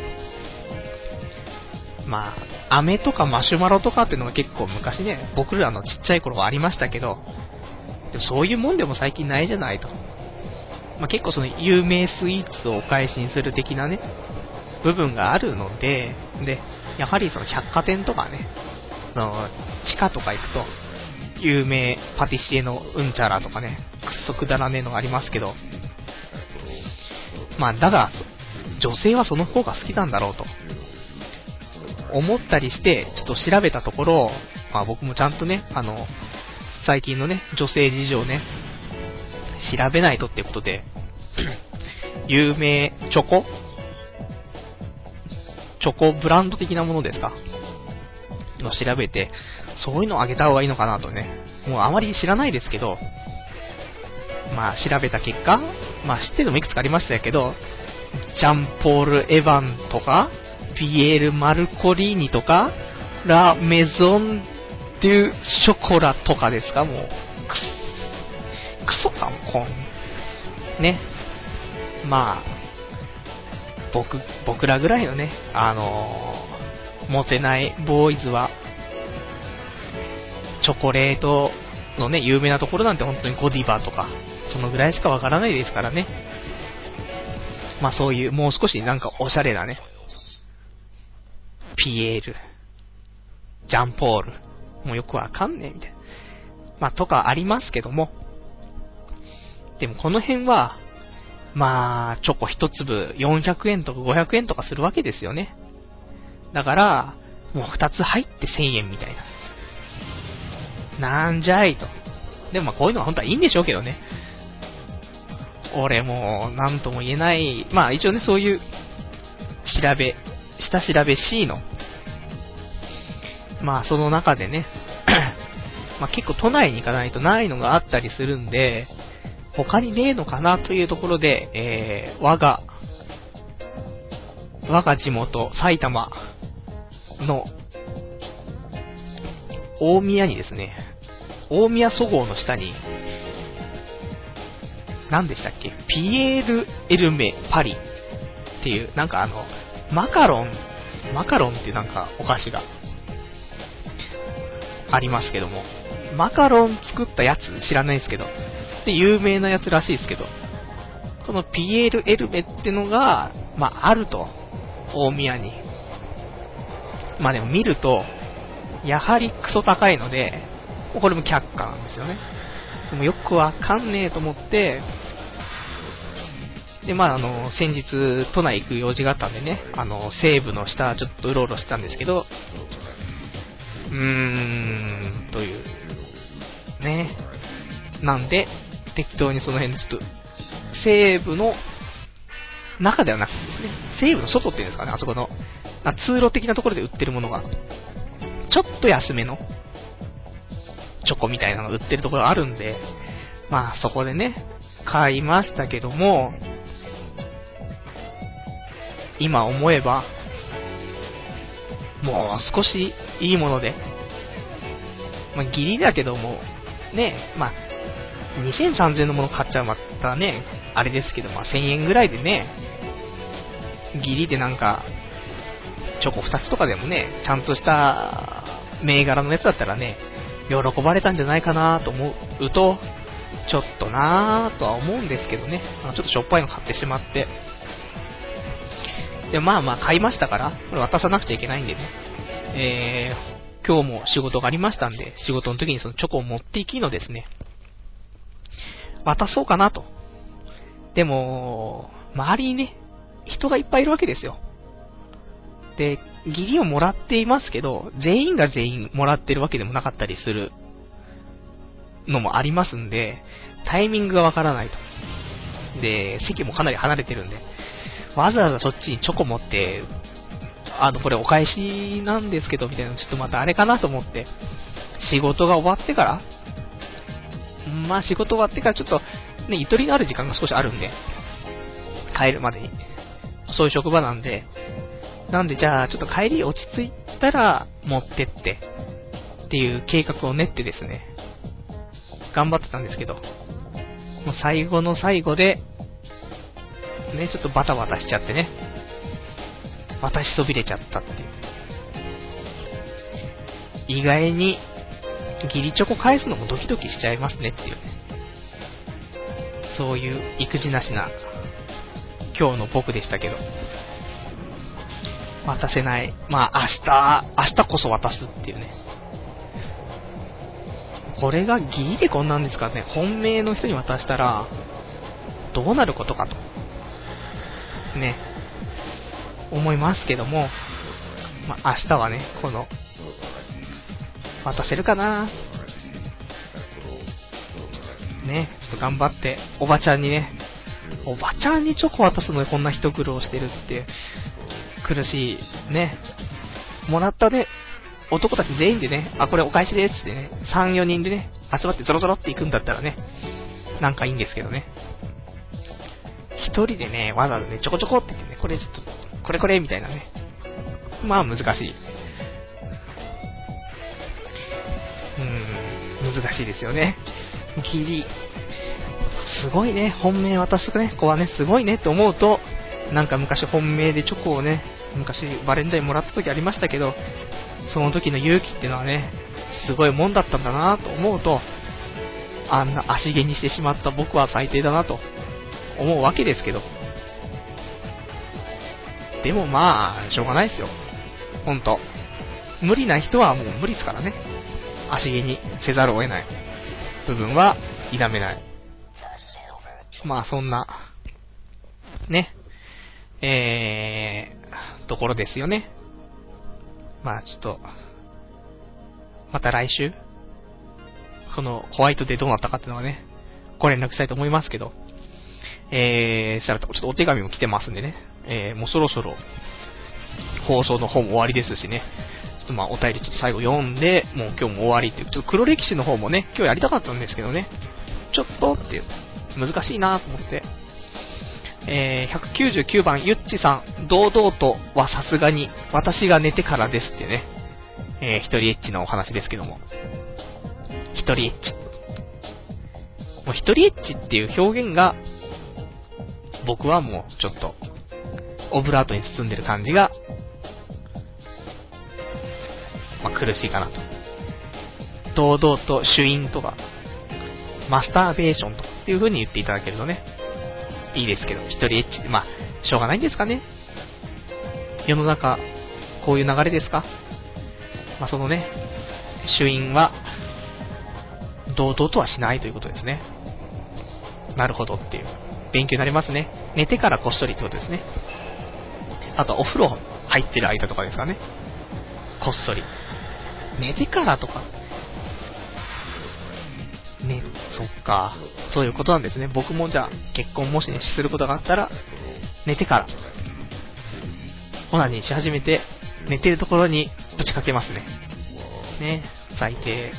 まあ、飴とかマシュマロとかっていうのが結構昔ね、僕らのちっちゃい頃はありましたけど、でもそういうもんでも最近ないじゃないと。まあ、結構その有名スイーツをお返しにする的なね、部分があるので、やはりその百貨店とかね、地下とか行くと、有名パティシエのうんちゃらとかね、くっそくだらねえのがありますけど、まあだが、女性はその方が好きなんだろうと思ったりして、ちょっと調べたところ、まあ僕もちゃんとね、最近のね、女性事情ね、調べないとっていうことで、有名チョコブランド的なものですかの調べて、そういうのをあげた方がいいのかなとね、もうあまり知らないですけど、まあ調べた結果、まあ知ってるのもいくつかありましたけど、ジャンポール・エヴァンとか、ピエール・マルコリーニとか、ラ・メゾン・デュ・ショコラとかですか、もう、クソかも、ね。まあ、僕らぐらいのね、モテないボーイズは、チョコレートのね、有名なところなんて本当にゴディバとか、そのぐらいしかわからないですからね。まあそういう、もう少しなんかおしゃれなね、ピエール、ジャンポール、もうよくわかんねえみたいな。まあとかありますけども、でもこの辺は、まあ、チョコ一粒400円とか500円とかするわけですよね。だから、もう2つ入って1000円みたいな。なんじゃいと。でもまあこういうのは本当はいいんでしょうけどね。俺もなんとも言えない、まあ一応ね、そういう下調べ C の、まあその中でね、まあ結構都内に行かないとないのがあったりするんで、他にねえのかなというところで、我が地元埼玉の大宮にですね、大宮そごうの下に何でしたっけ、ピエール・エルメ・パリっていう、なんかマカロンっていうなんかお菓子がありますけども、マカロン作ったやつ知らないですけど、で有名なやつらしいですけど、このピエール・エルメってのが、まああると、大宮に。 まあでも見ると、やはりクソ高いので、これも却下なんですよね。でもよくわかんねえと思って、で、まあ先日、都内行く用事があったんでね、西部の下、ちょっとうろうろしてたんですけど、という、ね。なんで、適当にその辺でちょっと、西部の中ではなくてですね、西部の外っていうんですかね、あそこの、通路的なところで売ってるものが、ちょっと安めの、チョコみたいなのが売ってるところがあるんで、まあそこでね、買いましたけども、今思えば、もう少しいいもので、まあギリだけども、ね、まあ、2000、3000のもの買っちゃうまたね、あれですけど、まあ1000円ぐらいでね、ギリでなんか、チョコ2つとかでもね、ちゃんとした銘柄のやつだったらね、喜ばれたんじゃないかなと思うと、ちょっとなぁとは思うんですけどね、ちょっとしょっぱいの買ってしまって、でまあまあ買いましたから、これ渡さなくちゃいけないんでね、今日も仕事がありましたんで、仕事の時にそのチョコを持っていきのですね、渡そうかなと。でも、周りにね、人がいっぱいいるわけですよ。で、義理をもらっていますけど、全員が全員もらってるわけでもなかったりするのもありますんで、タイミングがわからないと。で、席もかなり離れてるんで、わざわざそっちにチョコ持って、これお返しなんですけど、みたいな、ちょっとまたあれかなと思って、仕事が終わってから、まあ仕事終わってからちょっと、ね、ゆとりのある時間が少しあるんで、帰るまでに。そういう職場なんで、じゃあちょっと帰り落ち着いたら持ってってっていう計画を練ってですね、頑張ってたんですけど、もう最後の最後でね、ちょっとバタバタしちゃってね、渡しそびれちゃったっていう。意外に義理チョコ返すのもドキドキしちゃいますねっていうね、そういう育児なしな今日の僕でしたけど、渡せない。まあ明日こそ渡すっていうね。これが義理でこんなんですからね、本命の人に渡したらどうなることかとね、思いますけども、まあ明日はね、この渡せるかなね、ちょっと頑張っておばちゃんにね、おばちゃんにチョコ渡すのでこんな一苦労してるって苦しいね。もらったね、男たち全員でね、これお返しですってね、3、4人でね、集まってゾロゾロって行くんだったらね、なんかいいんですけどね。一人でね、わざわざね、ちょこちょこって言ってね、これちょっと、これみたいなね。まあ難しい。難しいですよね。ギリ。すごいね、本命渡すね、子はね、すごいねって思うと、なんか昔本命でチョコをね、昔バレンタインもらった時ありましたけど、その時の勇気っていうのはね、すごいもんだったんだなと思うと、あんな足毛にしてしまった僕は最低だなと思うわけですけど、でもまあしょうがないですよ、ほんと。無理な人はもう無理ですからね、足毛にせざるを得ない部分は否めない。まあそんなね、ところですよね。まあちょっとまた来週このホワイトデーどうなったかっていうのはね、ご連絡したいと思いますけど、したらちょっとお手紙も来てますんでね、もうそろそろ放送の方も終わりですしね、ちょっとまあお便りちょっと最後読んで、もう今日も終わりっていう、ちょっと黒歴史の方もね、今日やりたかったんですけどね、ちょっとっていう、難しいなと思って、199番ゆっちさん、堂々とはさすがに私が寝てからですってね、一人エッチのお話ですけども、一人エッチ、もう一人エッチっていう表現が僕はもうちょっとオブラートに包んでる感じが、まあ、苦しいかなと。堂々と主因とかマスターベーションとかっていう風に言っていただけるとね、いいですけど、一人エッチってまあしょうがないんですかね。世の中こういう流れですか。まあ、そのね、主因は、堂々とはしないということですね。なるほどっていう。勉強になりますね。寝てからこっそりってことですね。あと、お風呂入ってる間とかですかね。こっそり。寝てからとか。ね、そっか。そういうことなんですね。僕もじゃあ、結婚もしね、することがあったら、寝てから、オナニーし始めて、寝てるところにぶちかけますね。ね、最低。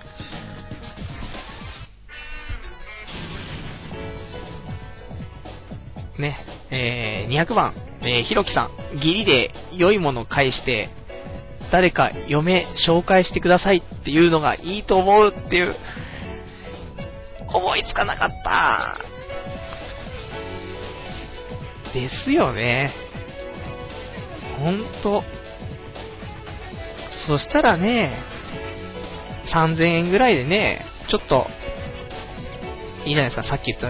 ね、200番、ひろきさん、義理で良いものを返して、誰か嫁紹介してくださいっていうのがいいと思うっていう、思いつかなかった。ですよね。ほんと。そしたらね、3000円ぐらいでね、ちょっと、いいじゃないですか、さっき言った、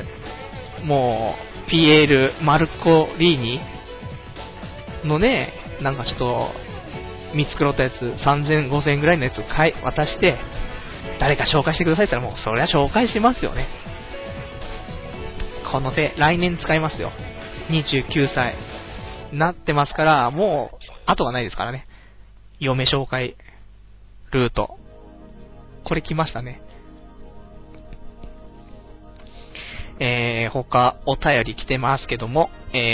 もう、ピエール・マルコリーニのね、なんかちょっと、見繕ったやつ、3000、5000円ぐらいのやつを渡して、誰か紹介してくださいって言ったらもう、そりゃ紹介しますよね。この手、来年使いますよ。29歳。なってますから、もう、後がないですからね。嫁紹介、ルート。これ来ましたね。他、お便り来てますけども、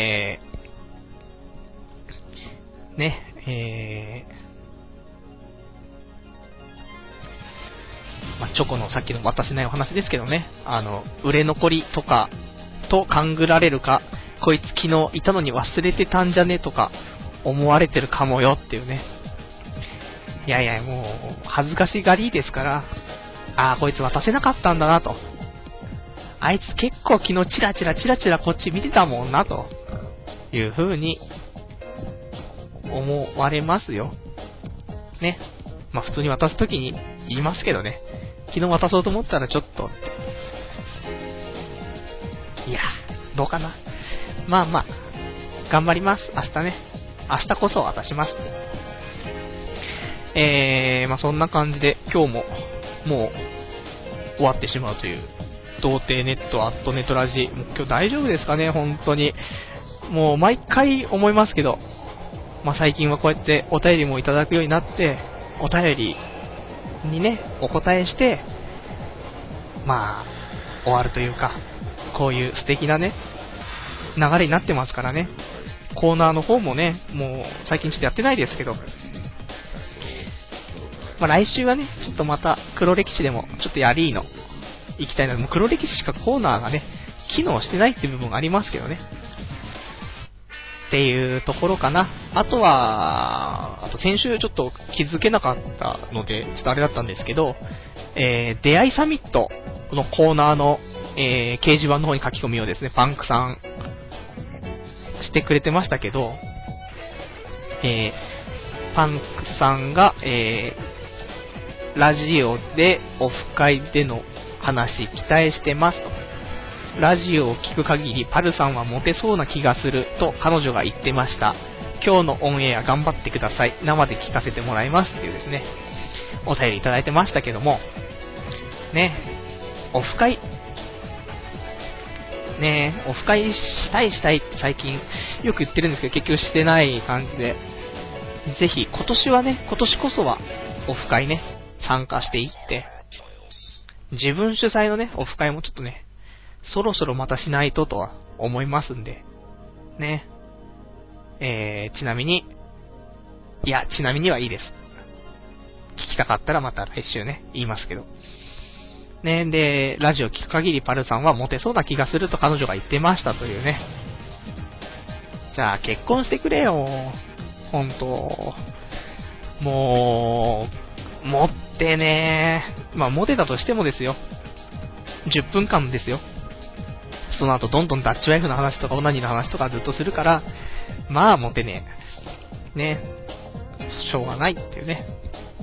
まあ、チョコのさっきの渡せないお話ですけどね、売れ残りとかと勘ぐられるか、こいつ昨日いたのに忘れてたんじゃねとか思われてるかもよっていうね。いやいや、もう恥ずかしがりですから、こいつ渡せなかったんだなと。あいつ結構昨日チラチラこっち見てたもんなという風に思われますよ。ね。まあ普通に渡すときに言いますけどね。昨日渡そうと思ったらちょっとって。いや、どうかな。まあまあ、頑張ります。明日ね。明日こそ渡します。まあそんな感じで今日ももう終わってしまうという。童貞ネットアットネトラジ。もう今日大丈夫ですかね、本当に。もう毎回思いますけど、まあ最近はこうやってお便りもいただくようになって、お便りにね、お答えして、まあ、終わるというか、こういう素敵なね、流れになってますからね。コーナーの方もね、もう最近ちょっとやってないですけど、まあ来週はね、ちょっとまた黒歴史でもちょっとやりーの行きたいな。もう黒歴史しかコーナーがね、機能してないっていう部分がありますけどね。っていうところかな。あと先週ちょっと気づけなかったので、ちょっとあれだったんですけど、出会いサミットのコーナーの、掲示板の方に書き込みをですね、パンクさんしてくれてましたけど、パンクさんが、ラジオでオフ会での話期待してますと。ラジオを聞く限りパルさんはモテそうな気がすると彼女が言ってました。今日のオンエア頑張ってください。生で聞かせてもらいますっていうですね、お便りいただいてましたけどもね、オフ会ね、オフ会したいって最近よく言ってるんですけど結局してない感じで、ぜひ今年こそはオフ会ね参加していって、自分主催のねオフ会もちょっとねそろそろまたしないとは思いますんでね。ちなみにはいいです。聞きたかったらまた来週ね言いますけどね。で、ラジオ聞く限りパルさんはモテそうな気がすると彼女が言ってましたというね。じゃあ結婚してくれよ、ほんと。もう持ってね、まあモテたとしてもですよ、10分間ですよ。その後どんどんダッチワイフの話とかオナニーの話とかずっとするから、まあモテねえね、しょうがないっていうね、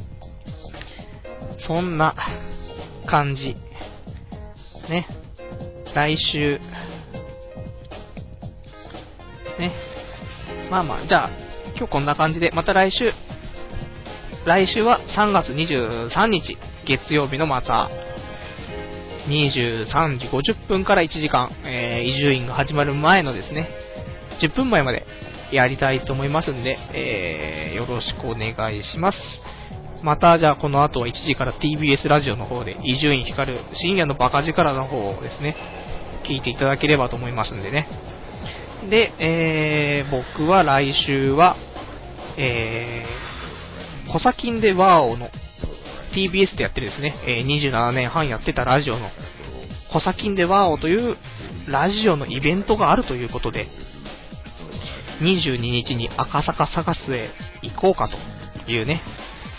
そんな感じね。来週ね、まあじゃあ今日こんな感じで、また来週は3月23日、月曜日のまた、23時50分から1時間、伊集院が始まる前のですね、10分前までやりたいと思いますんで、よろしくお願いします。また、じゃあこの後は1時から TBS ラジオの方で、伊集院光る深夜のバカ力の方をですね、聞いていただければと思いますんでね。で、僕は来週は、コサキンでワーオの TBS でやってるですね、27年半やってたラジオのコサキンでワーオというラジオのイベントがあるということで、22日に赤坂サカスへ行こうかというね、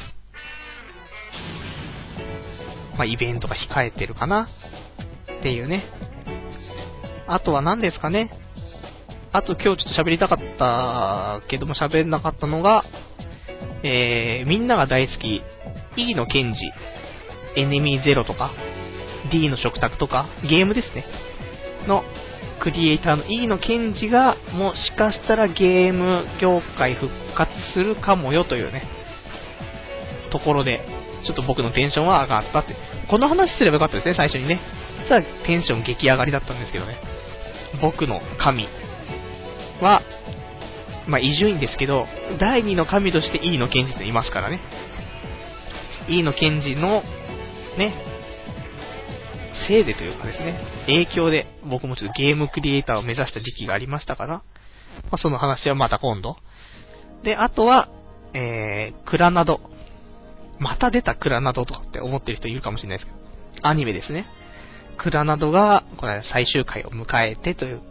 まあ、イベントが控えてるかなっていうね。あとは何ですかね。あと今日ちょっと喋りたかったけども喋んなかったのが、みんなが大好き E のケンジ、エネミーゼロとか D の食卓とかゲームですねのクリエイターの E のケンジがもしかしたらゲーム業界復活するかもよというねところで、ちょっと僕のテンションは上がったって、この話すればよかったですね、最初にね。実はテンション激上がりだったんですけどね。僕の神は、まあ、伊集院ですけど、第2の神として E の賢治っていますからね。E の賢治の、ね、せいでというかですね、影響で僕もちょっとゲームクリエイターを目指した時期がありましたから、まあ、その話はまた今度。で、あとは、クラナド。また出たクラナドとかって思ってる人いるかもしれないですけど、アニメですね。クラナドが、これ最終回を迎えてという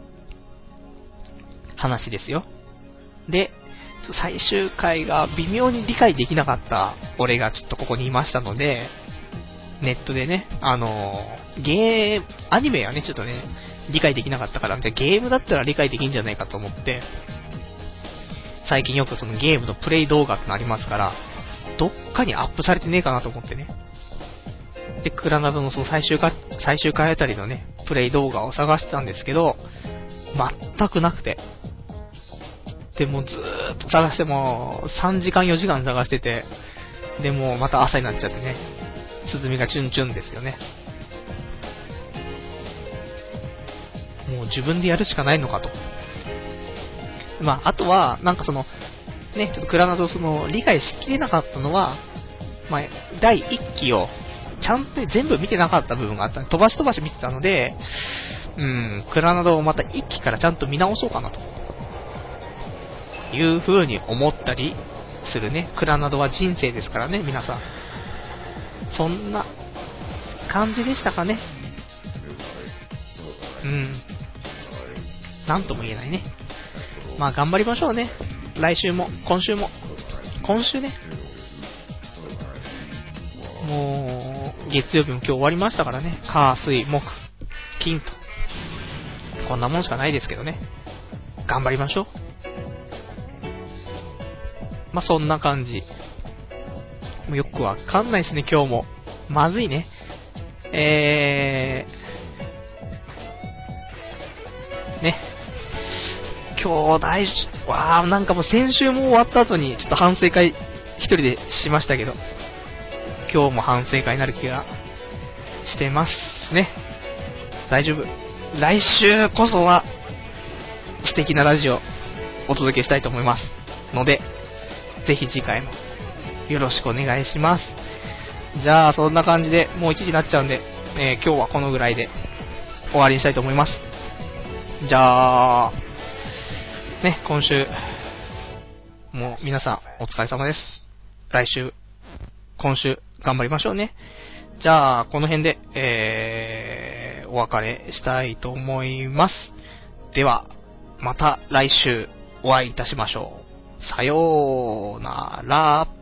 話ですよ。で、最終回が微妙に理解できなかった俺がちょっとここにいましたので、ネットでね、アニメはね、ちょっとね、理解できなかったから、じゃあゲームだったら理解できんじゃないかと思って、最近よくそのゲームのプレイ動画ってのありますから、どっかにアップされてねえかなと思ってね。で、クラナドのその最終回あたりのね、プレイ動画を探してたんですけど、全くなくて。で、もうずーっと探しても、3時間4時間探してて、で、もうまた朝になっちゃってね、鈴みがチュンチュンですよね。もう自分でやるしかないのかと。まあ、あとは、なんかその、ね、ちょっとクラナドその、理解しきれなかったのは、まあ、第1期を、ちゃんと全部見てなかった部分があった飛ばし見てたので、クラナドをまた1期からちゃんと見直そうかなと。いう風に思ったりするね。クラナドは人生ですからね、皆さん。そんな感じでしたかね。なんとも言えないね。まあ頑張りましょうね。来週も、今週も。今週ね。もう、月曜日も今日終わりましたからね。火、水、木、金と。こんなもんしかないですけどね。頑張りましょう。まあ、そんな感じ。もうよくわかんないですね、今日も。まずいね。ね。今日なんかもう先週も終わった後にちょっと反省会一人でしましたけど、今日も反省会になる気がしてますね。大丈夫。来週こそは素敵なラジオをお届けしたいと思いますので、ぜひ次回もよろしくお願いします。じゃあそんな感じでもう1時になっちゃうんで、今日はこのぐらいで終わりにしたいと思います。じゃあね、今週もう皆さんお疲れ様です。来週今週頑張りましょうね。じゃあこの辺で、お別れしたいと思います。ではまた来週お会いいたしましょう。さようなら。